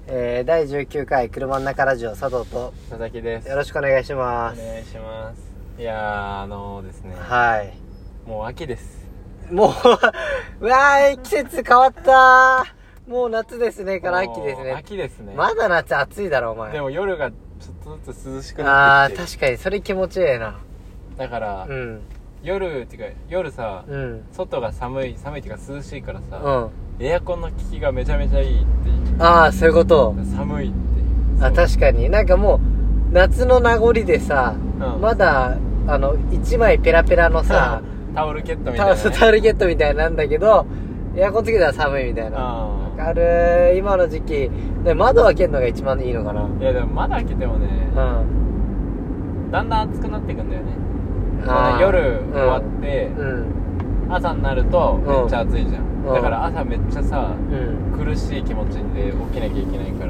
第19回車の中ラジオ佐藤と佐々木です。 よろしくお願いします。 お願いします。いやですね、 はい、 もう秋です。 もううわー、季節変わったー。もう夏ですねから秋ですね。 秋ですね。 まだ夏暑いだろお前。 でも夜がちょっとずつ涼しくなってきて。 確かにそれ気持ちいいな。 だから、夜っていうか夜さ、外が寒いっていうか涼しいからさ、エアコンの効きがめちゃめちゃいいっていう。 そういうこと。 寒いって。 確かになんかもう夏の名残でさ、まだ一枚ペラペラのさタオルケットみたいな、ね、 タオルケットみたいなんだけど、エアコンつけたら寒いみたいな。わかる。今の時期で窓開けるのが一番いいのかな。 いやでも窓開けてもね、だんだん暑くなっていくんだよね。夜終わって、朝になるとめっちゃ暑いじゃん。だから朝めっちゃさ、苦しい気持ちで起きなきゃいけないから。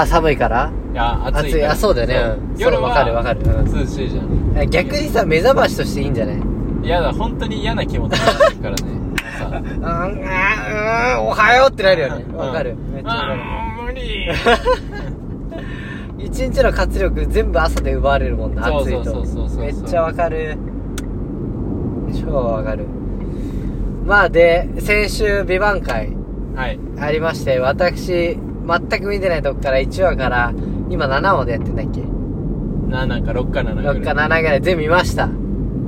寒いから？ いや暑いから。 そうだよね。夜はわかる、 涼しいじゃん。 逆にさ目覚ましとしていいんじゃない？ いやだ、本当に嫌な気持ちになってるからね。 おはようってなるよね。わかる。めっちゃわかる。 無理。 一日の活力全部朝で奪われるもんな。暑いと。めっちゃわかる。超わかる。まあで、先週美版会ありまして、私全く見てないとこから1話から今7話でやってんだっけ。 7か6か7ぐらい。 6か7ぐらい全部見ました。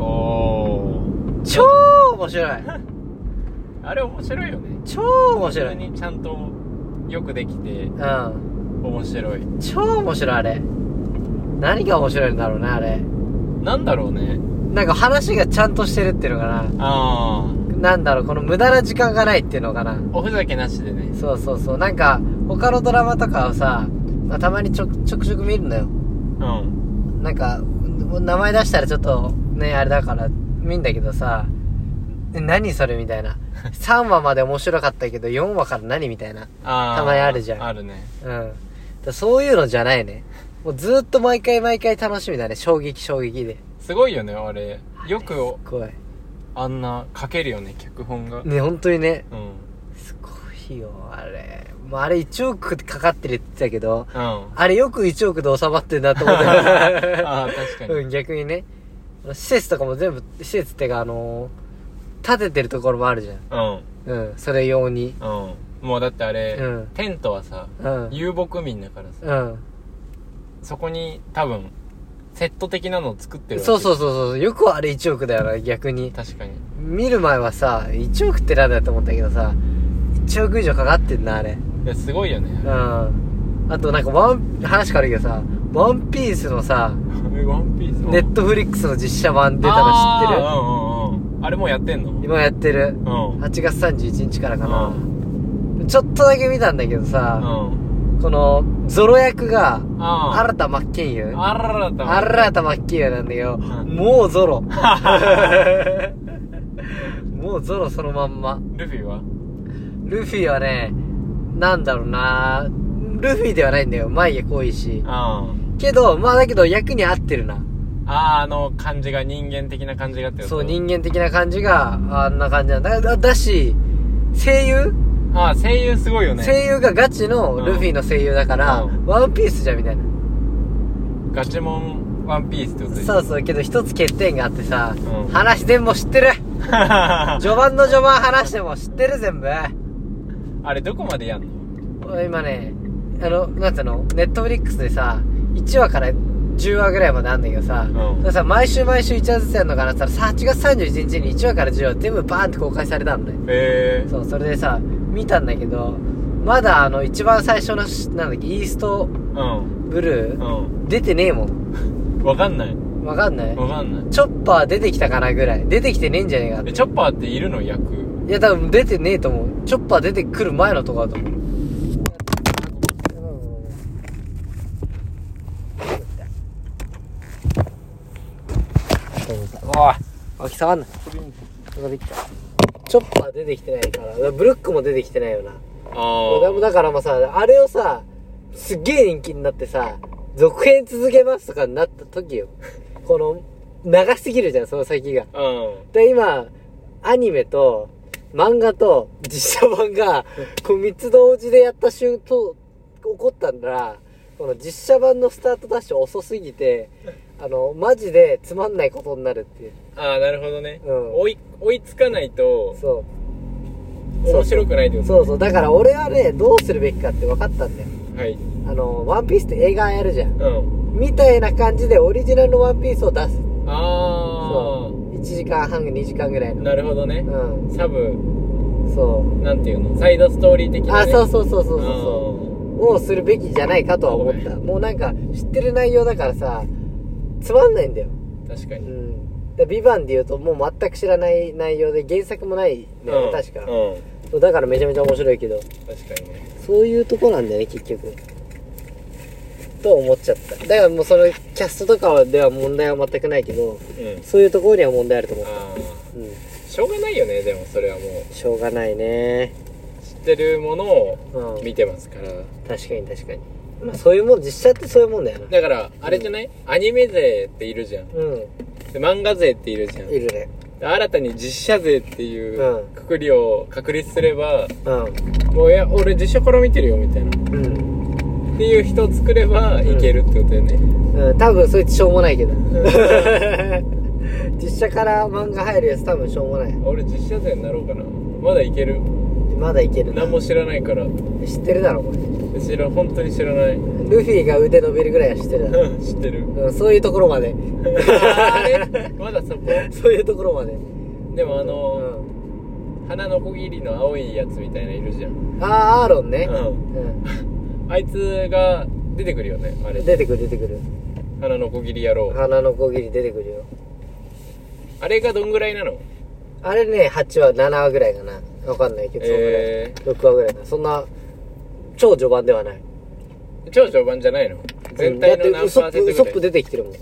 超面白い。 あれ面白いよね。 超面白い。 普通にちゃんとよくできて、面白い。 超面白い。あれ何が面白いんだろうね。あれなんだろうね。 なんか話がちゃんとしてるっていうのかな。なんだろう、この無駄な時間がないっていうのかな。 おふざけなしでね。 そうなんか他のドラマとかをさ、たまにちょくちょく見るのよ。なんか名前出したらちょっとねあれだから見んだけどさ、何それみたいな。3話まで面白かったけど4話から何みたいな。たまにあるじゃん。 あるね。 そういうのじゃないね。もうずっと毎回楽しみだね。衝撃で。 すごいよねあれ。よくすごい。 あんな書けるよね、脚本がね。本当にね、すごいよあれ。もうあれ1億かかってるって言ってたけど、あれよく1億で収まってんなと思って確かに、 逆にね。施設とかも全部施設ってか建ててるところもあるじゃん。それ用に。 もうだってあれ、テントはさ、遊牧民だからさ、そこに多分セット的なのを作ってるわけ。 そうよくあれ1億だよな。逆に確かに見る前はさ1億ってなんだと思ったけどさ、1億以上かかってんなあれ。 いやすごいよね。 あとなんか話変わるけどさ、ワンピースのさネットフリックスの実写版出たの知ってる？ あれもうやってんの？ 今やってる。8月31日からかな。ちょっとだけ見たんだけどさ、このゾロ役が新田真剣佑。新田真剣佑なんだけど、もうゾロ。もうゾロそのまんま。 ルフィはね、なんだろうな、ルフィではないんだよ。眉毛濃いし。けどだけど役に合ってるな。 感じが人間的な感じがってこと。 そう、人間的な感じがあんな感じなんだし、声優すごいよね。 声優がガチのルフィの声優だから、ワンピースじゃんみたいな。 ガチモンワンピースってことで。 そうけど一つ欠点があってさ、話全部知ってる。序盤話しても知ってる全部。 あれどこまでやんの？ 今ね、なんつうの、ネットフリックスでさ1話から10話ぐらいまであんだけどさ、さ毎週1話ずつやるのかなって言ったら8月31日に1話から10話全部バーンって公開されたのね。そう、それでさ見たんだけど、まだ一番最初のなんだっけ、イーストブルー、出てねえもん。 わかんない。 チョッパー出てきたかなぐらい。出てきてねえんじゃねえかって。 チョッパーっているの？役？ いや多分出てねえと思う。チョッパー出てくる前のとこだと思う。おい、触んな。チョッパー出てきてないから、ブルックも出てきてないよな。だからさ、あれをさ、すっげえ人気になってさ、続編続けますとかになった時よ。この、長すぎるじゃん、その先が。で、今、アニメと、漫画と実写版が、こう3つ同時でやった怒ったんだら、この実写版のスタートダッシュ遅すぎて、マジでつまんないことになるっていう。 ああ、なるほどね。 うん。 追いつかないと、 そう。 面白くないってこと。 そうそう。だから俺はね、どうするべきかって分かったんだよ。 はい。 ワンピースって映画やるじゃん。 うん。 みたいな感じでオリジナルのワンピースを出す。 ああ。 そう。1時間半、2時間ぐらいの。 なるほどね。 うん。 サブ。 そう。 なんていうの、サイドストーリー的な、ね。 そうをするべきじゃないかとは思った。もうなんか知ってる内容だからさ、つまんないんだよ。 確かに。 うん。でビバンで言うともう全く知らない内容で原作もないんだよね、確か。そう、だからめちゃめちゃ面白いけど。 確かにね。 そういうとこなんだよね、結局。と思っちゃった。だからもうそのキャストとかでは問題は全くないけど、そういうところには問題あると思った。 しょうがないよね、でもそれはもう。 しょうがないね。 知ってるものを見てますから。 確かに確かに。まあそういうもん、実写ってそういうもんだよな。 だから、あれじゃない、アニメ勢っているじゃん。で漫画勢っているじゃん。 いるね。 新たに実写勢っていうくくりを確立すれば、もう俺実写から見てるよみたいな。っていう人を作ればいけるってことだよね。 多分そいつしょうもないけど。実写から漫画入るやつ多分しょうもない。 俺実写勢になろうかな。まだいける。 まだいけるな。 何も知らないから。 知ってるだろこれ。 本当に知らない。 ルフィが腕伸びるぐらいは知ってるだろ。 知ってる。 そういうところまで。 あれまだそこ。 そういうところまで。 でも鼻のこぎりの青いやつみたいないるじゃん。 アーロンね。 あいつが出てくるよね、あれ。 出てくる。 鼻のこぎり野郎。 鼻のこぎり出てくるよ。 あれがどんぐらいなの？ あれね、8話、7話ぐらいかな。わかんないけど、そのぐらい。6話ぐらいかな。そんな、超序盤ではない。 超序盤じゃないの？全体の何パーセントぐらい？ ウソップ出てきてるもん。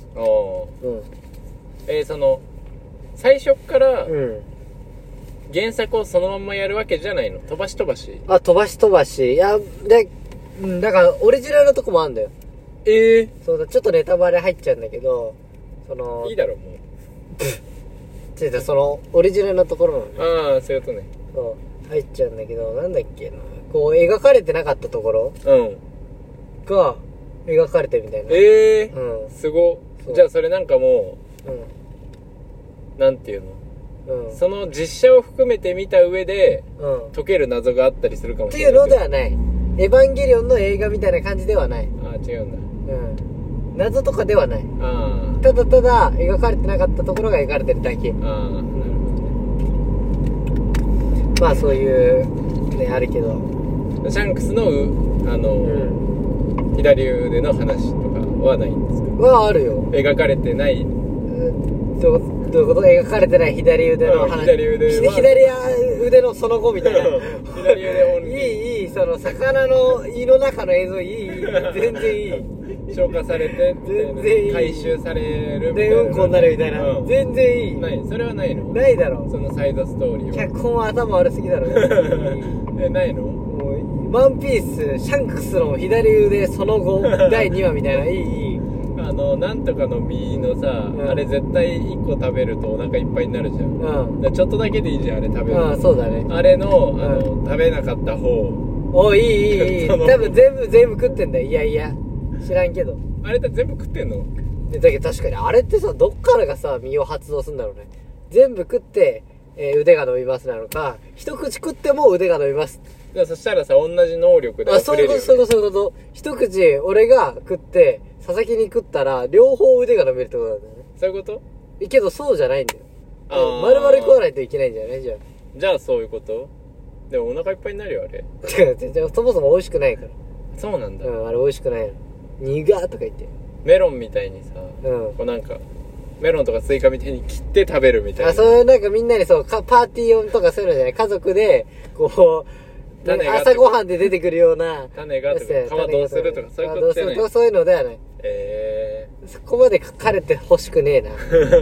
最初から原作をそのまんまやるわけじゃないの？飛ばし飛ばし？ 飛ばし。いや、だからオリジナルのとこもあるんだよ。そうだ、ちょっとネタバレ入っちゃうんだけど、 いいだろ、もう。 その、オリジナルのところなの。そういうことね。 そう、入っちゃうんだけど、なんだっけな。こう、描かれてなかったところが、描かれてるみたいな。 すご。じゃあそれなんかもう、なんていうの？その実写を含めて見た上で、解ける謎があったりするかもしれない。 っていうのではない。エヴァンゲリオンの映画みたいな感じではない。 違うんだ。 謎とかではない。ただただ描かれてなかったところが描かれてるだけ。 なるほどね。 まあそういうね、あるけど、 シャンクスの左腕の話とかはないんですか？ あるよ。 描かれてない。 どういうこと？描かれてない左腕の話。左腕のその後みたいな。 左腕オンリー。いい、その魚の胃の中の映像いい、全然いい。 消化されて、 全然いい。 回収されるみたいな。 で、うんこになるみたいな。全然いい。 ない、それはないの？ ないだろ。 そのサイドストーリーは。 脚本は頭悪すぎだろ。 ないの？ もう、ワンピース、シャンクスの左腕その後、第2話みたいな、いい。 なんとかの実のさ、あれ絶対1個食べるとお腹いっぱいになるじゃん。ちょっとだけでいいじゃん、あれ食べる。 そうだね。あれの、食べなかった方。 いい。多分全部食ってんだよ。いや。知らんけど。 あれって全部食ってんの？ だけど確かに、あれってさ、どっからがさ、身を発動するんだろうね。全部食って、腕が伸びますなのか、一口食っても腕が伸びます。 そしたらさ、同じ能力で溢れるよね。 そういうこと。一口俺が食って、佐々木に食ったら、両方腕が伸びるってことなんだよね。そういうこと？けどそうじゃないんだよ。丸々食わないといけないんじゃない？ じゃあそういうこと？でもお腹いっぱいになるよ、あれ。 そもそも美味しくないから。 そうなんだ。 あれ美味しくないの。苦ーとか言って。 メロンみたいにさ、こうなんか、メロンとかスイカみたいに切って食べるみたいな。 そういうなんかみんなにパーティー用とかそういうのじゃない？家族で、こう、朝ごはんで出てくるような。 種がとか、皮どうするとか、そういうことじゃない。 そういうのではない。そこまで書かれて欲しくねえな。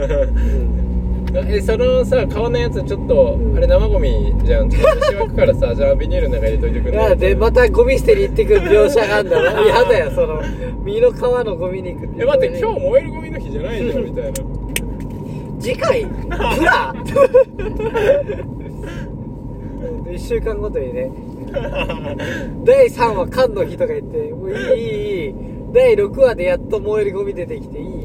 そのさ、皮のやつちょっと、あれ生ゴミじゃん。ちょっと虫湧くからさ、じゃあビニールの中入れといてくれ。 で、またゴミ捨てに行ってくる描写があんだろ。やだよ、その、身の皮のゴミに行く。 待って、今日燃えるゴミの日じゃないじゃん、みたいな。 次回プラ1週間ごとにね、 第3話缶の日とか言って、もういい第6話でやっと燃えるゴミ出てきていい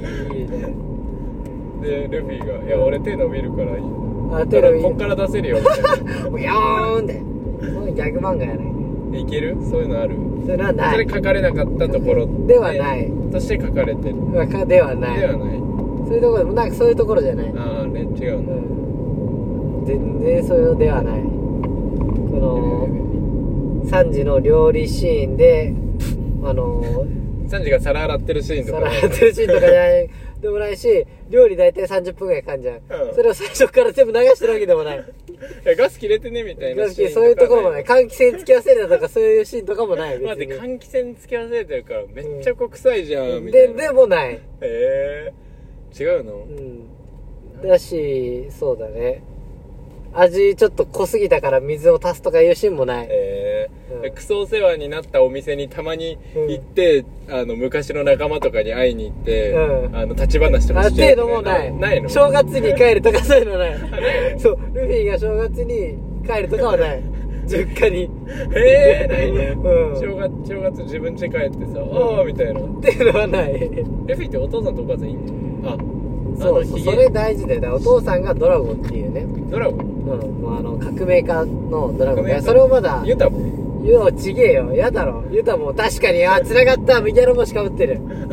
でルフィが「いや俺手伸びるからいい」 手伸びるこっから出せるよみたいなもうヤーンってそういうギャグ漫画やないいける？そういうのある？ それはない。 それ書かれなかったところではないとして書かれてるではないではないそういうところなんかそういうところじゃないああね違うの、 全然そういうのではないこのサンジの料理シーンでサンジが皿洗ってるシーンとか皿洗ってるシーンとかじゃないでもないし料理大体30分ぐらいかかんじゃん、それを最初から全部流してるわけでもないガス切れてねみたいなシーンとかそういうところもない換気扇つき忘れたとかそういうシーンとかもない待って換気扇つき忘れてるからめっちゃ臭いじゃん、みたいなでもない違うの？ だしそうだね味ちょっと濃すぎたから水を足すとかいうシーンもないクソお世話になったお店にたまに行って、昔の仲間とかに会いに行って、立ち話とかしてる、 程度もないないの？ 正月に帰るとかそういうのないそうルフィが正月に帰るとかはない実家にないね、正月自分家帰ってさ、ああみたいなっていうのはないルフィってお父さんとお母さんいいんだよそうそれ大事だよお父さんがドラゴンっていうねドラゴン？ もう革命家のドラゴンそれをまだユタもちげえよやだろユタも確かに繋がった麦わら帽子かぶってる違うよ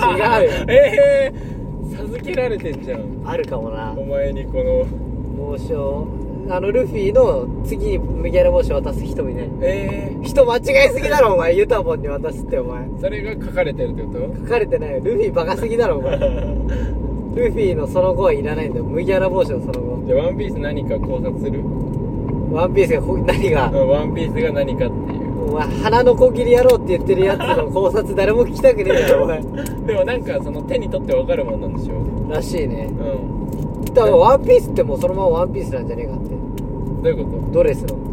授けられてんじゃんあるかもなお前にこの帽子をルフィの次に麦わら帽子を渡す人みたいな人間違いすぎだろお前ユタボンに渡すってお前それが書かれてるってこと？ 書かれてないよルフィバカすぎだろお前ルフィのその後はいらないんだよ麦わら帽子のその後じゃあワンピース何か考察する？ ワンピースが何がワンピースが何かっていうお前鼻のこぎりやろうって言ってるやつの考察誰も聞きたくねえだろお前でもなんかその手に取って分かるもんなんでしょらしいねだからワンピースってもうそのままワンピースなんじゃねえかってどういうこと？ ドレスの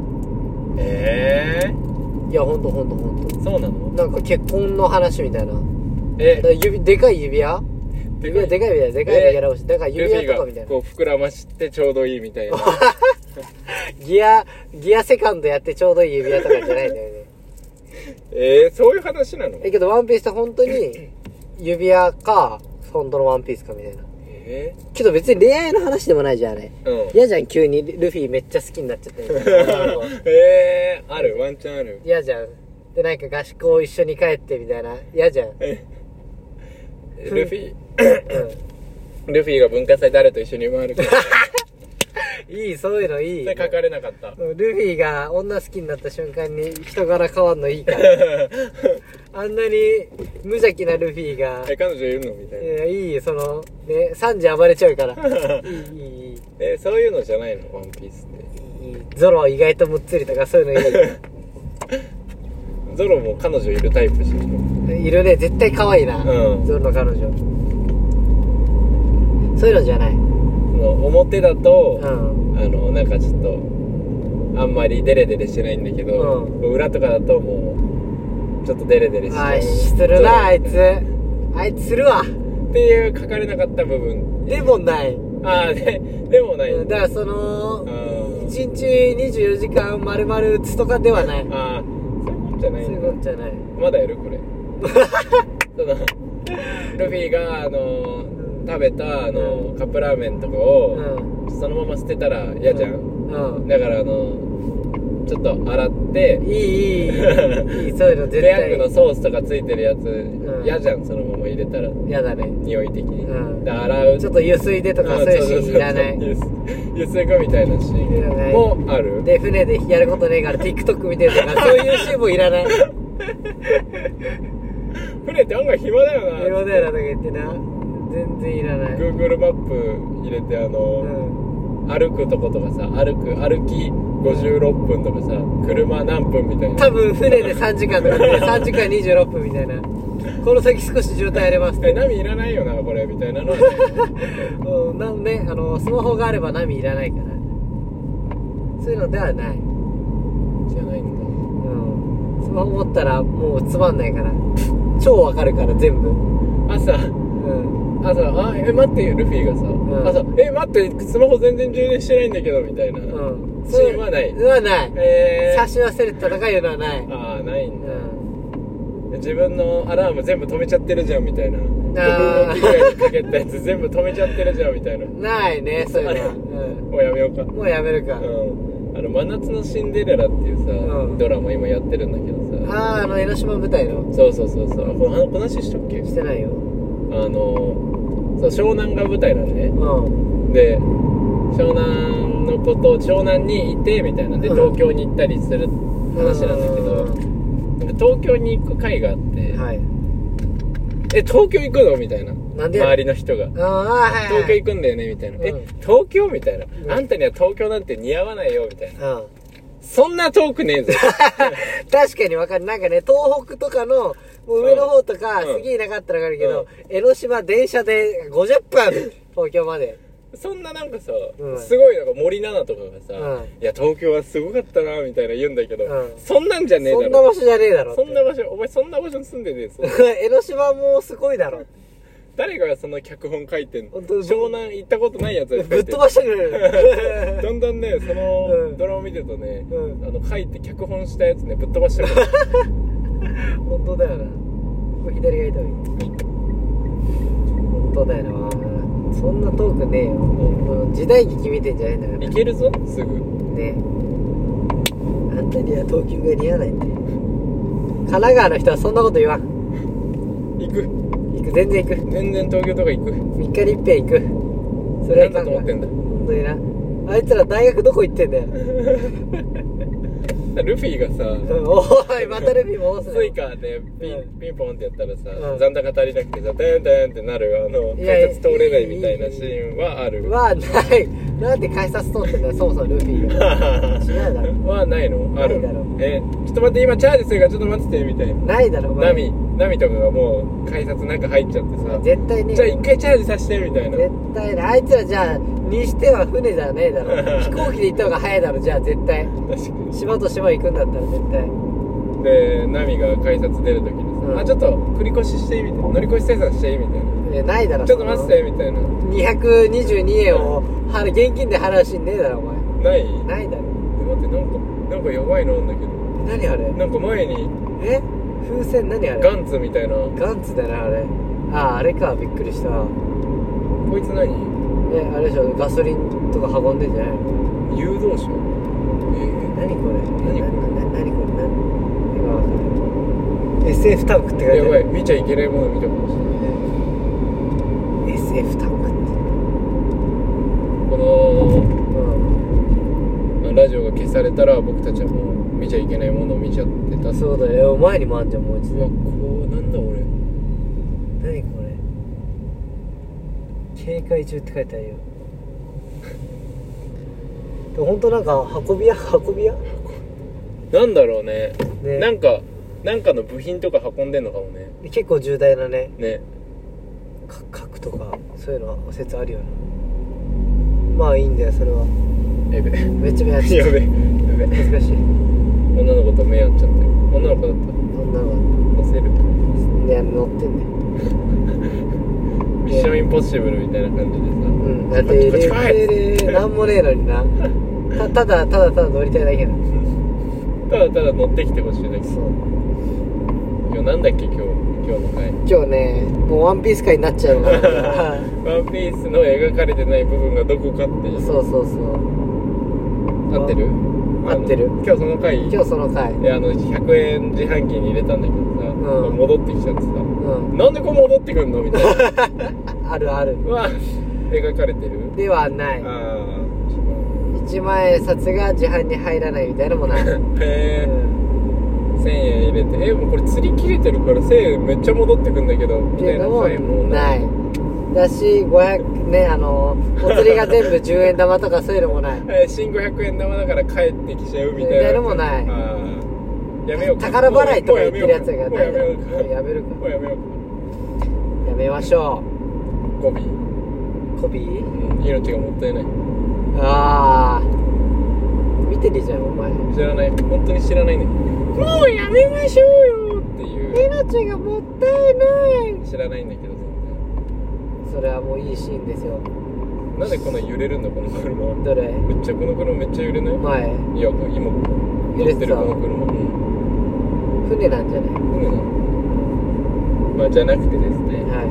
いやほんとそうなの？ なんか結婚の話みたいなでかい指輪でかい指輪でかい指輪だから指輪とかみたいなこう膨らましてちょうどいいみたいなギアセカンドやってちょうどいい指輪とかじゃないんだよねそういう話なの？ けどワンピースって本当に指輪か本当のワンピースかみたいなけど別に恋愛の話でもないじゃんあれ嫌じゃん急にルフィめっちゃ好きになっちゃってみたいなあるワンチャンある嫌じゃんでなんか合宿を一緒に帰ってみたいな嫌じゃんルフィが文化祭誰と一緒に回るかいいそういうのいいそれ書かれなかったルフィが女好きになった瞬間に人柄変わんのいいからあんなに無邪気なルフィが彼女いるのみたいな。 いいそのね3時暴れちゃうからいいそういうのじゃないのワンピースっていいゾロ意外とむっつりとかそういうのいいゾロも彼女いるタイプじゃんいるね絶対可愛いな、ゾロの彼女そういうのじゃない表だと、なんかちょっとあんまりデレデレしてないんだけど、裏とかだともうちょっとデレデレしてするなあいつするわっていう書かれなかった部分でもないでもないだからその1日24時間丸々打つとかではないそういうことじゃないそういうことじゃないまだやるこれルフィが食べたカップラーメンとかを、そのまま捨てたら嫌じゃん、だからちょっと洗っていいそういうの絶対ペヤングのソースとかついてるやつ嫌、じゃんそのまま入れたら嫌だね匂い的に、で洗うちょっと湯水でとかそういうシーンいらない湯水かみたいなシーンもあるで船でやることねえから TikTok 見てるとかそういうシーンもいらない船って案外暇だよな暇だよなとか言ってな全然いらない Google マップ入れて歩くとことかさ歩き56分とかさ車何分みたいな多分船で3時間とかで3時間26分みたいなこの先少し渋滞あります波いらないよなこれみたいなのなんでスマホがあれば波いらないからそういうのではないじゃないんだスマホ持ったらもうつまんないから超わかるから全部朝待ってよルフィがさ、朝待ってスマホ全然充電してないんだけどみたいな、 シーンはない。 ない。差し忘れて戦うのはない。 ああ、ないんだ。自分のアラーム全部止めちゃってるじゃんみたいな。5分おきぐらいにかけたやつ全部止めちゃってるじゃんみたいな。 ないね、そういうのは。 もうやめようか。 もうやめるか。 真夏のシンデレラっていうさ、ドラマ今やってるんだけどさ。 江ノ島舞台の。 そうこの話したっけ？ してないよ。 そう湘南が舞台なのね。で湘南にいてみたいなで東京に行ったりする話なんだけど、東京に行く会があって、東京行くのみたいな。なんで？周りの人が東京行くんだよねみたいな。東京みたいな。あんたには東京なんて似合わないよみたいな。そんな遠くねえぞ。 確かにわかる。なんかね、東北とかのもう上の方とかすげえなかったらわかるけど、江ノ島電車で50分東京まで。 そんななんかさ、すごいなんか森七菜とかがさ、いや東京はすごかったなみたいな言うんだけど、そんなんじゃねえだろ。 そんな場所じゃねえだろ。 そんな場所、お前そんな場所に住んでねえぞ。 江ノ島もすごいだろ。 誰がその脚本書いてんの？湘南行ったことないやつがぶっ飛ばしてくれる。 だんだんね、そのドラマ見てるとね、書いて脚本したやつね、ぶっ飛ばしてくれる。 本当だよな。これ左がいいといい。本当だよな。そんな遠くねえよ。時代劇見てんじゃないんだから。 行けるぞ、すぐ。 ね。あんたには東京が似合わないんで。神奈川の人はそんなこと言わん。 行く。 全然行く。 全然東京とか行く。 3日に一遍行く。 それは何だと思ってんだ。 本当にな。あいつら大学どこ行ってんだよ。 ルフィがさ、 おい、またルフィ戻すね。 スイカでピンポンってやったらさ、残高足りなくてさ、テンテンってなる改札通れないみたいなシーンはある。 はない。なんで改札通ってんだよ、そもそもルフィが。違うだろ。 はないの？ある。 ないだろ。 ちょっと待って、今チャージするからちょっと待っててみたいな。 ないだろ。 ナミとかがもう改札中入っちゃってさ、 絶対ね。 じゃあ一回チャージさせてみたいな。 絶対ね。あいつらじゃあにしては船じゃねえだろ。飛行機で行った方が早いだろ。じゃあ絶対。 確かに。 島と島行くんだったら絶対。 でナミが改札出るときにさ、ちょっと繰り越ししてみたいな、乗り越し生産してみたいな。 ないだろ。 ちょっと待ってみたいな。 222円を現金で払うしんねえだろお前。ないだろ。 待って、なんかやばいのなんだけど。 何あれ？ なんか前に風船何あれ？ ガンツみたいな。 ガンツだなあれ。あれか、びっくりした。 こいつ何？ あれでしょ、ガソリンとか運んでんじゃないの？ 誘導車？ 何これ？何これ？今わかる。SF タンクって書いてある。 やばい、見ちゃいけないもの見たかもしれない。 SF タンクってこの、ラジオが消されたら僕たちはもう見ちゃいけないものを見ちゃってた。 そうだよ。前にもあんじゃん、もう一度。 なんだ俺。 何これ？警戒中って書いてあるよ。ほんとなんか運び屋なんだろうね。なんかの部品とか運んでんのかもね。 結構重大なね。 ね。 核とかそういうの説あるよな。まあいいんだよそれは。 やべ。 めっちゃ目合っちゃった。 やべ。 難しい。 女の子と目合っちゃって。女の子だった。 女の子。 乗せる。 いや乗ってんね。 ミッションインポッシブルみたいな感じでさ。 だってなんもねえのにな。ただ乗りたいだけなの。 ただ乗ってきてほしいだけ。そう。今日なんだっけ今日の回。 今日ね、もうワンピース回になっちゃうのかな。 ワンピースの描かれてない部分がどこかっていう。 そう。 合ってる？ 合ってる。 今日その回。 100円自販機に入れたんだけどさ、戻ってきちゃってさ、なんでこう戻ってくんのみたいな。 ある。 は描かれてる？ ではない。1万円札が自販に入らないみたいなのもない。へえ。1000円入れて、もうこれ釣り切れてるから1000円めっちゃ戻ってくんだけどみたいな回もない。 だし500ね、お釣りが全部10円玉とかそういうのもない。 新500円玉だから帰ってきちゃうみたいなのもない。 やめようか。 宝払いとか言ってるやつがない。 やめるか。 やめましょう。コビー？命がもったいない。 見てるじゃんお前。 知らない。本当に知らないね。もうやめましょうよっていう。 命がもったいない。 知らないんだけど全然。 それはもういいシーンですよ。 なんでこんな揺れるんだこの車。 どれ？ めっちゃこの車めっちゃ揺れない？ 前いや今乗ってるこの車、 船なんじゃない？ 船なの？まあじゃなくてですね、 はい。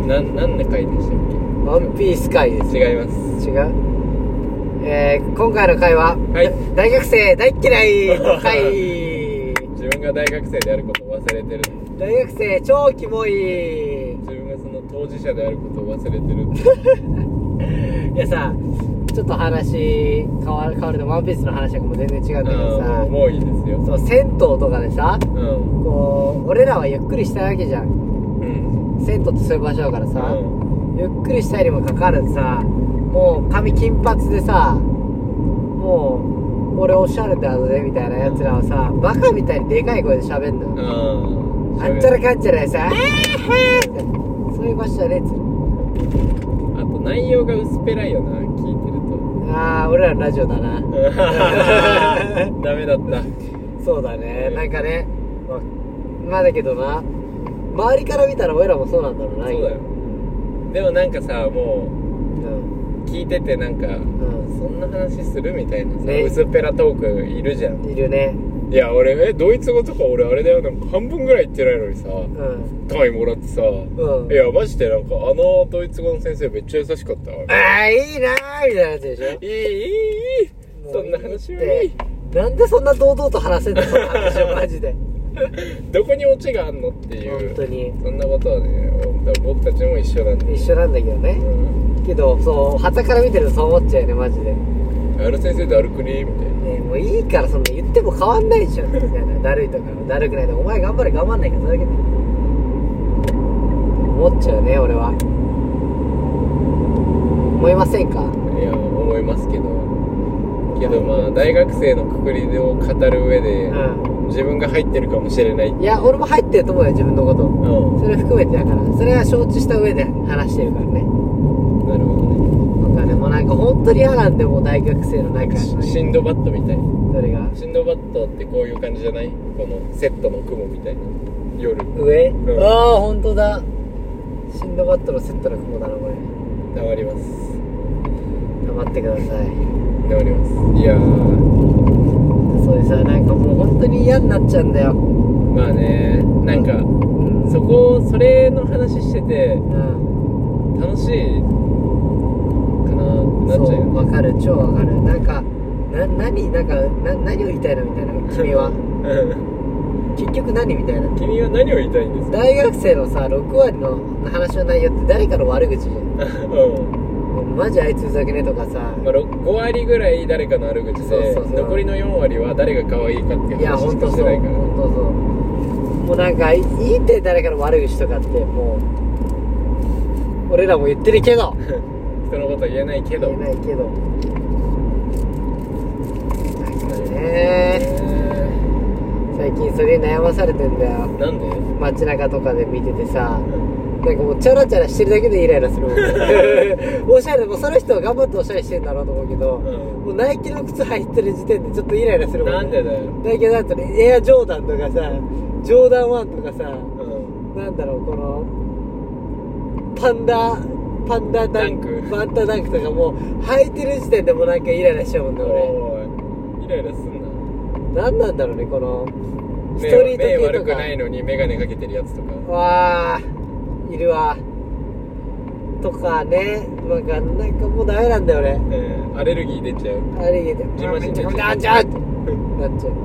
何の回でしたっけ？ ワンピース回です。 違います。 違う？今回の回は、はい、大学生大嫌いの回。 自分が大学生であることを忘れてる。 大学生超キモい。 自分がその当事者であることを忘れてる。 いやさ、ちょっと話変わるでワンピースの話はもう全然違うんだけどさ、 もういいですよ。 そう銭湯とかでさ、こう俺らはゆっくりしたいわけじゃん。銭湯ってそういう場所だからさ、ゆっくりしたいにもかかわらずさ、もう髪金髪でさ、もう俺おしゃれだぜみたいなやつらはさ、バカみたいにでかい声で喋んのよ。あんちゃらかんちゃらでさ、そういう場所じゃねえっつうの。 あと内容が薄っぺらいよな、聞いてると。 俺らのラジオだな。 ダメだった。 そうだね、なんかね、まあだけどな、周りから見たら俺らもそうなんだろうな。 そうだよ。でもなんかさ、もう聞いててなんか、そんな話するみたいなさ、ね、薄っぺらトークいるじゃん。 いるね。 いや俺ドイツ語とか俺あれだよ、なんか半分ぐらい言ってないのにさ、単位もらってさ、いやマジでなんかドイツ語の先生めっちゃ優しかった。 いいなーみたいなやつでしょ。 いいそんな話はいい。 なんでそんな堂々と話せんのその話をマジで。 どこにオチがあんのっていう。 本当にそんなことはね、僕たちも一緒なんで。 一緒なんだけどね、けどそう旗から見てるとそう思っちゃうよねマジで。 先生だるくねみたいなね。もういいからそんな言っても変わんないじゃんみたいな。だるいとかだるくないとか、お前頑張れ頑張んないからそれだけで思っちゃうね俺は。思いませんか？ いや思いますけどまあ大学生のくくりを語る上で、自分が入ってるかもしれない。いや俺も入ってると思うよ自分のこと、それ含めてだから、それは承知した上で話してるからね。 なるほどね。 でもなんか本当に嫌なんで、もう大学生の中シンドバッドみたい。 どれが？ シンドバッドってこういう感じじゃない？このセットの雲みたいな夜上、ああ本当だ、シンドバッドのセットの雲だなこれ。 黙ります。 黙ってください。 黙ります。いやそういうさ、なんかもう本当に嫌になっちゃうんだよ。 まあね、なんか、それの話してて、楽しいなっちゃうよね。 わかる、超わかる。なんか何を言いたいのみたいな。君は結局何みたいな。 君は何を言いたいんですか？ 大学生のさ6割の話の内容って誰かの悪口じゃん。マジあいつふざけねとかさ、 まあ、5割ぐらい誰かの悪口で、残りの4割は誰が可愛いかっていう話しかしてないから。 本当そう。もうなんかいいって誰かの悪口とかってもう俺らも言ってるけど人のこと言えないけどなんかね、最近それに悩まされてんだよ。なんで？街中とかで見ててさ、なんかもうチャラチャラしてるだけでイライラするもんおしゃれ、もうその人は頑張っておしゃれしてんだろうと思うけど、もうナイキの靴履いてる時点でちょっとイライラするもん。 なんでだよ。 だけどだとね、エアジョーダンとかさ、ジョーダン1とかさ、なんだろう、このパンダダンクとかもう履いてる時点でもうなんかイライラしちゃうもんね俺。 イライラすんな。 なんなんだろうね、このストリート系とか。 目悪くないのにメガネかけてるやつとか。 わー、いるわとかね。なんかもうダメなんだよ俺。 アレルギー出ちゃう。 アレルギーでジンマシン出ちゃう。なっちゃうってなっちゃう。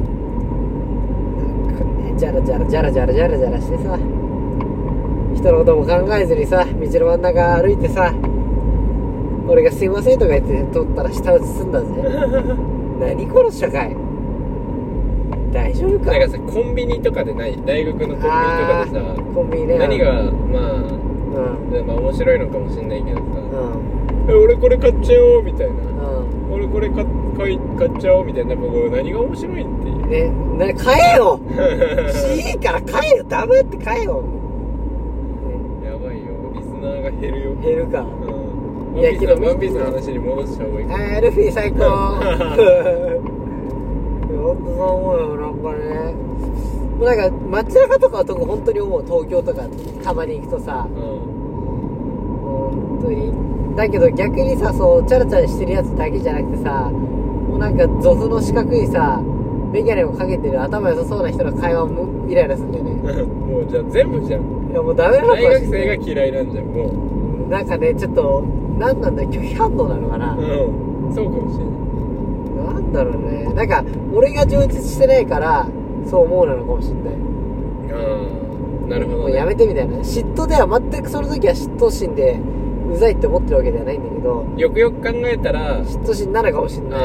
なんかね、ジャラジャラしてさ、人のことも考えずにさ、道の真ん中歩いてさ、俺がすいませんとか言って通ったら舌打ちすんだぜ何この社会、大丈夫か？ なんかさ、コンビニとかでない？大学のコンビニとかでさ、 コンビニね、 何がまあ面白いのかもしれないけどさ、俺これ買っちゃおうみたいな、俺これ買っちゃおうみたいな、なんかこう何が面白いっていうね、買えよいいから買えよ、黙って買えよ、 やばいよ、リスナーが減るよ。 減るか。 ワンピースの話に戻した方がいいか。 ルフィ最高ほんとそう思うよ。なんかね、もうなんか街中とかは本当に思う。東京とかたまに行くとさ、本当にだけど逆にさ、そうチャラチャラしてるやつだけじゃなくてさ、もうなんかゾフの四角いさメガネをかけてる頭良さそうな人の会話もイライラするんだよねもうじゃあ全部じゃん。 いやもうダメなのかもしれない。 大学生が嫌いなんじゃんもう。 なんかね、ちょっとなんなんだ拒否反応なのかな。 そうかもしれない。 なんだろうね、なんか俺が充実してないからそう思うなのかもしれない。 なるほど、ね、 もうやめてみたいな。嫉妬では全くその時は嫉妬心でうざいって思ってるわけではないんだけど、 よくよく考えたら嫉妬心なのかもしれない。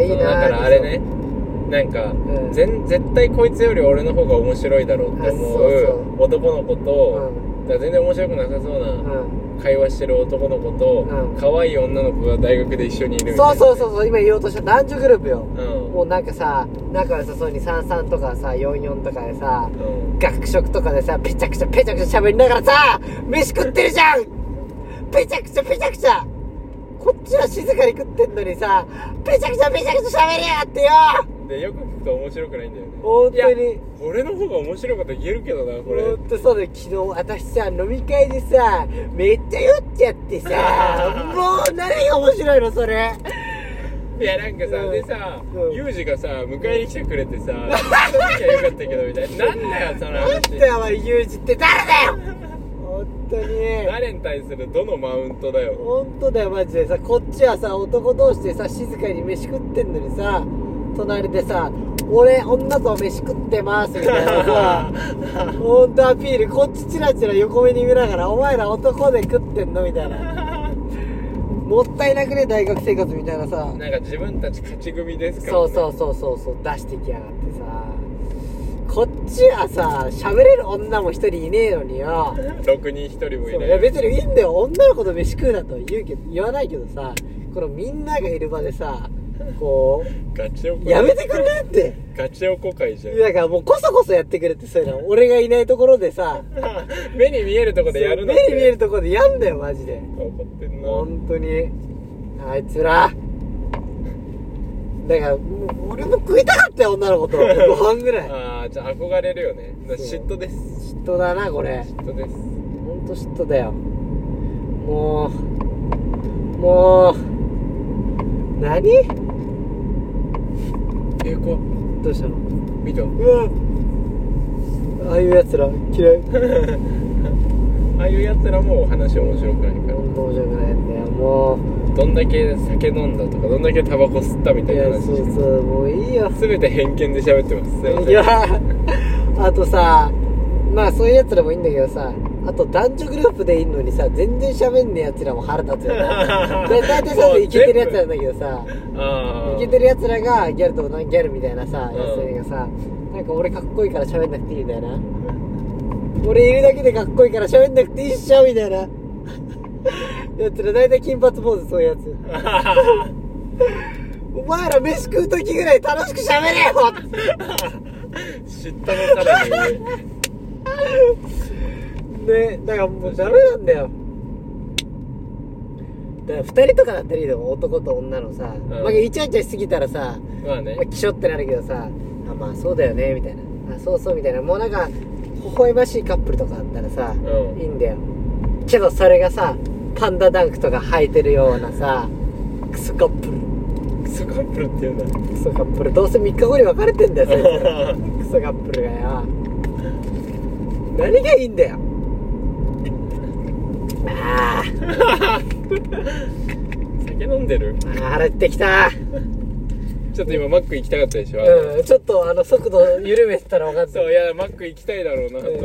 いいな。 だからあれね、なんか、絶対こいつより俺の方が面白いだろうって思う男の子と、だから全然面白くなさそうな会話してる男の子と、可愛い女の子が大学で一緒にいるみたいな。 そう今言おうとした男女グループよ。もうなんかさ、仲良さそうに33とかさ44とかでさ、学食とかでさペチャクチャ喋りながらさ飯食ってるじゃん。ペチャクチャこっちは静かに食ってんのにさペチャクチャ喋りやがってよ。 でよく聞くと面白くないんだよね。 本当に俺の方が面白いこと言えるけどなこれ。 本当そうだよ。昨日私さ飲み会でさめっちゃ酔っちゃってさもう何が面白いのそれ。 いやなんかさ、でさ、ユージがさ迎えに来てくれてさその時はよかったけどみたいな。なんだよその話。 なんだよお前ユージって誰だよ本当に。 誰に対するどのマウントだよ。 本当だよマジでさ。こっちはさ男同士でさ静かに飯食ってんのにさ、隣でさ俺女と飯食ってますみたいなさ本当アピール。こっちチラチラ横目に見ながらお前ら男で食ってんのみたいなもったいなくね大学生活みたいなさ。 なんか自分たち勝ち組ですか、 ね、そう出してきやがってさ。こっちはさ喋れる女も一人いねえのによ 6人1人もいない。 いや別にいいんだよ。女の子と飯食うなとは言わないけどさ、このみんながいる場でさこうガチおこやめてくれってガチおこ会じゃん。 だからもうこそこそやってくれって。そういうの俺がいないところでさ目に見えるとこでやるの。 目に見えるところでやんだよマジで。 怒ってんな本当にあいつら。だから俺も食いたかったよ女の子とご飯ぐらい。 ああじゃあ憧れるよね。嫉妬です。 嫉妬だなこれ。 嫉妬です。 本当嫉妬だよ。もう何怖っ。 どうしたの。 見た。 ああいうやつら嫌いああいうやつらも話面白くないから。 面白くないんだよ。もうどんだけ酒飲んだとかどんだけタバコ吸ったみたいな話。 そうもういいよ。 全て偏見で喋ってます。すいません。 いやあとさまあそういうやつらもいいんだけどさ、あと男女グループでいんのにさ全然喋んねえやつらも腹立つよなで大体さイケてるやつなんだけどさイケてるやつらがギャルみたいなさやつらがさ、なんか俺かっこいいから喋んなくていいみたいな、俺いるだけでかっこいいから喋んなくていいっしょみたいなやつら大体金髪坊主。そういうやつお前ら飯食う時ぐらい楽しく喋れよ嫉妬のさらにね、だからもうダメなんだよ。だから2人とかだったらいいよ男と女のさ、まあイチャイチャしすぎたらさ、まあキショってなるけどさ、あまあそうだよねみたいな、あそうみたいな、もうなんか微笑ましいカップルとかだったらさ、いいんだよ。けどそれがさパンダダンクとか履いてるようなさクソカップルって言うんだ。 クソカップルどうせ3日後に別れてんだよそいつクソカップルがよ。何がいいんだよ。あ酒飲んでる。 腹減ってきた。 ちょっと今マック行きたかったでしょ。 ちょっと速度緩めてたら分かった。 そういやマック行きたいだろうなと思って、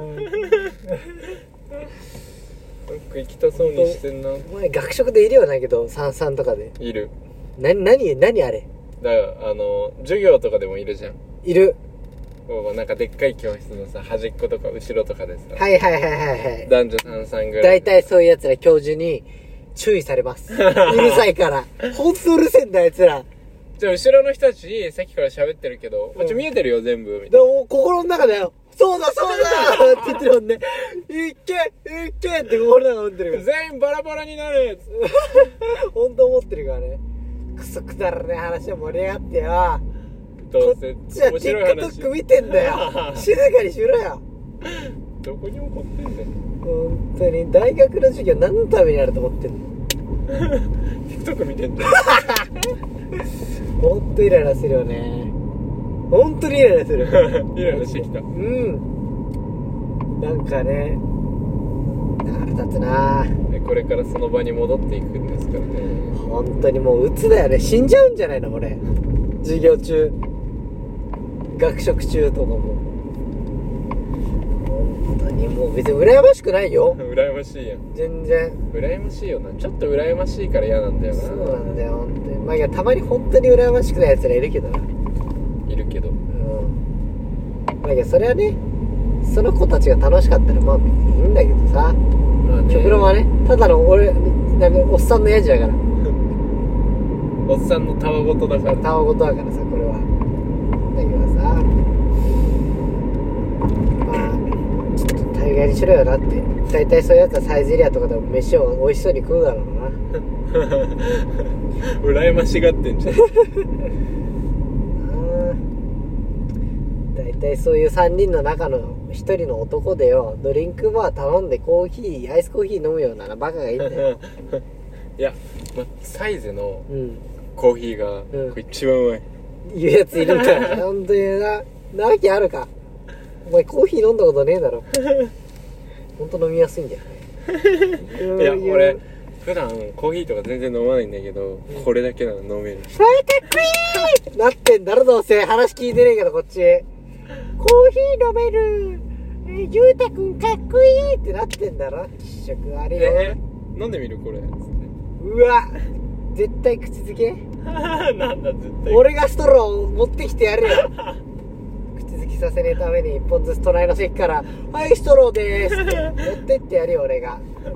マック行きたそうにしてんな。 お前学食でいるよなけど33とかでいる。 何あれだから授業とかでもいるじゃん。 いる。 なんかでっかい教室のさ端っことか後ろとかでさ、 はい男女33ぐらい大体そういうやつら教授に注意されますうるさいからほんとうるせえんだあいつら。 じゃあ後ろの人たちさっきから喋ってるけど、こっち見えてるよ全部みたいな。 でも心の中だよ。そうだって言ってるもんね。いっけって心の中思ってるから。 全員バラバラになるやつ本当思ってるからね。クソくだらねえ話は盛り上がってよ。 どうせこっちは TikTok 見てんだよ静かにしろよ。 どこに怒ってんだよ。 本当に大学の授業何のためにあると思ってんの。 TikTok 見てんじゃん。 ほんとイライラするよね。ほんとにイライラする。 イライラしてきた。 なんかね、腹立つな。 これからその場に戻っていくんですからね。 本当にもう鬱だよね。死んじゃうんじゃないの俺。授業中、学食中とかも。本当にもう別に羨ましくないよ。 羨ましいやん。 全然羨ましいよな。ちょっと羨ましいから嫌なんだよな。 そうなんだよ本当に。まあいや、たまに本当に羨ましくないやつらいるけどな。 いるけど、 まあいや、それはね、その子たちが楽しかったらまあいいんだけどさ、まあね、極論はね、ただの俺なんかおっさんのやじだからおっさんのたわごとだから、 たわごとだからさ、これはだけどさ、まあちょっと大概にしろよなって。大体そういうやつはサイゼリアとかでも飯を美味しそうに食うだろうな。 羨ましがってんじゃん。 大体そういう3人の中の1人の男でよ、ドリンクバー頼んでコーヒー、アイスコーヒー飲むようなバカがいいんだよ。 いや、サイゼのコーヒーがこれ一番うまい、 言うやついるんだよ。本当になわけあるか。お前コーヒー飲んだことねえだろ。本当飲みやすいんだよね。 いや、俺普段コーヒーとか全然飲まないんだけど、これだけなら飲める。 それかっこいいなってんだろ、どうせ。話聞いてねえけどこっち。コーヒー飲める、ゆうたくんかっこいいってなってんだろ。気色悪いよ。 飲んでみるこれつって。 うわ、絶対口づけ。 なんだ絶対。 俺がストロー持ってきてやるよ。口づきさせねえために一本ずつ隣の席から「はいストローでーす」って持ってってやるよ俺が。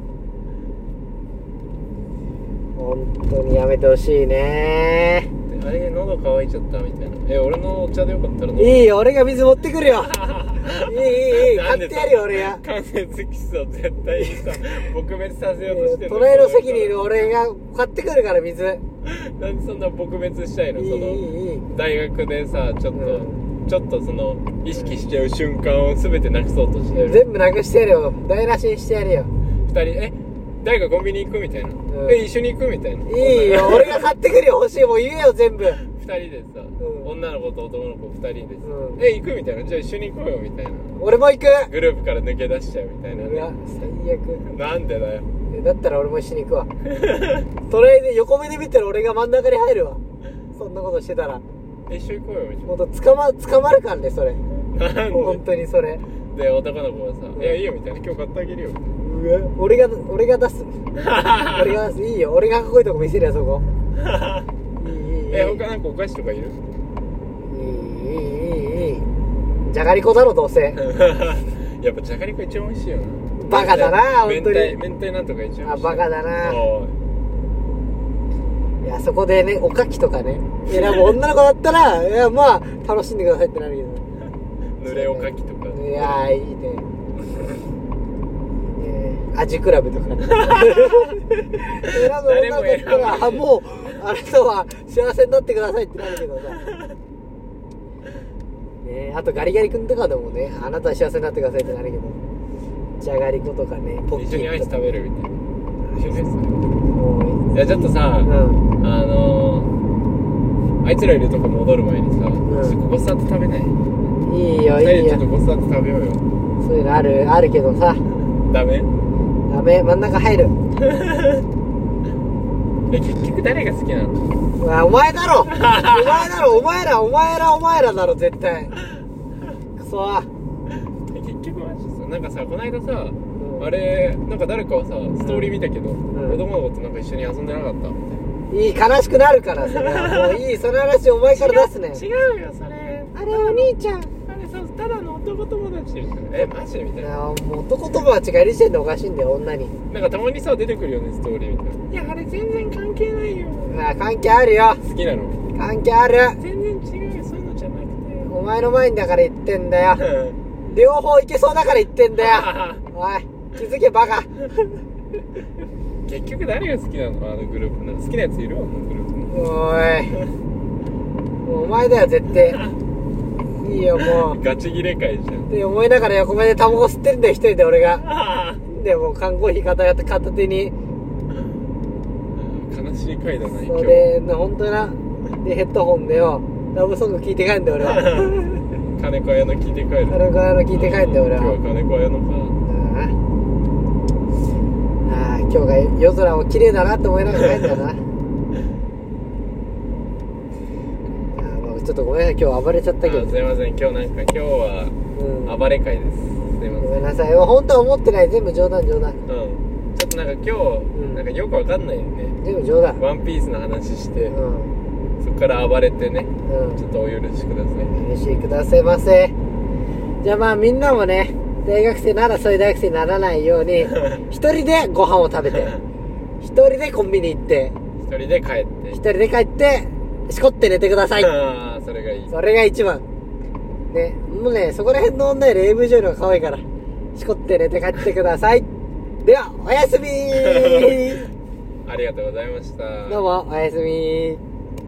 本当にやめてほしいね。 あれ喉乾いちゃったみたいな。俺のお茶でよかったら飲む。 いいよ、俺が水持ってくるよ。いい買ってやるよ俺が。 関節キスを絶対にさ撲滅させようとしてる。 隣の席にいる俺が買ってくるから水。 なんでそんな撲滅したいの。その大学でさ、ちょっとその意識しちゃう瞬間を全てなくそうとしてる。 全部なくしてやるよ。台無しにしてやるよ。 2人誰かコンビニ行くみたいな、一緒に行くみたいな。 いいよ、俺が買ってくるよ。欲しいもん言えよ全部。2 人でさ、女の子と男の子2人でさ、行くみたいな。じゃあ一緒に行こうよみたいな。 俺も行く。グループから抜け出しちゃうみたいな、ね。 うわ最悪。 なんでだよ。 だったら俺も一緒に行くわ。とりあえず横目で見たら俺が真ん中に入るわ。そんなことしてたら一緒行こうよみたいな。 ほんと捕まるからねそれ。本当にそれで男の子はさ「いやいいよ」みたいな「今日買ってあげるよ」みたいな。 俺が出す。俺が出す。いいよ、俺がかっこいいとこ見せるよそこ。いい他なんかお菓子とかいる？ いいじゃがりこだろどうせ。 やっぱじゃがりこ一番美味しいよな。 バカだな本当に。 明太なんとか一番美味しい。 バカだな。いやそこでね、おかきとかね選ぶ女の子だったら、いやまあ楽しんでくださいってなるけど、 濡れおかきとか。 いやいいね。アジクラブとか選ぶ女の子だったらもうあなたは幸せになってくださいってなるけどさね。あとガリガリ君とかでもね、あなたは幸せになってくださいってなるけど、じゃがりことかね、 ポッキー一緒にアイス食べるみたいな。一緒にアイス食べる。いやちょっとさ、あいつらいるとこ戻る前にさ、ここ座って食べない？ いいよいいよ。 2人でちょっとここ座って食べようよ。 そういうのあるけどさ。 ダメ？ ダメ、真ん中入る。 結局誰が好きなの？ お前だろ。お前らだろ絶対。クソ。 結局マジさ、なんかさ、この間さ、あれなんか誰かはさストーリー見たけど、子供の子となんか一緒に遊んでなかったみたいな。 いい、悲しくなるからそれは。もういい、その話お前から出すね。 違うよそれ。 あれお兄ちゃん、 あれさ、ただの男友達みたいな。マジみたいな。 もう男友達がいる時点でおかしいんだよ女に。 なんかたまにさ出てくるよねストーリーみたいな。いやあれ全然関係ないよ。 関係あるよ。 好きなの？ 関係ある。 全然違うよ、そういうのじゃなくて。 お前の前にだから言ってんだよ。両方いけそうだから言ってんだよ。おい気づけバカ。 結局誰が好きなのあのグループ。なんか好きなやついるわあのグループ。 おいお前だよ絶対。 いいよもうガチ切れ会じゃんって思いながら横目でタバコ吸ってるんだよ一人で俺がでもう缶コーヒー片手に悲しい回だな今日それで本当になでヘッドホンでよラブソング聴いて帰んだよ俺は金子屋の聞いて帰る金子屋の聞いて帰んだよ俺は今日は金子屋のか今日が夜空も綺麗だなって思いながら帰んだよなちょっとごめんなさい今日暴れちゃったけどすいません今日は暴れ会です、すいませんごめんなさい本当は思ってない全部冗談ちょっとなんか今日、なんかよくわかんないよね全部冗談ワンピースの話して、そこから暴れてね、ちょっとお許しくださいお許しくださいませじゃあまあみんなもね大学生ならそういう大学生にならないように一人でご飯を食べて一人でコンビニ行って一人で帰ってしこって寝てくださいそれがいいそれが一番ねもうねそこら辺の女より AV 女優の方が可愛いからしこって寝て帰ってくださいではおやすみありがとうございましたどうもおやすみ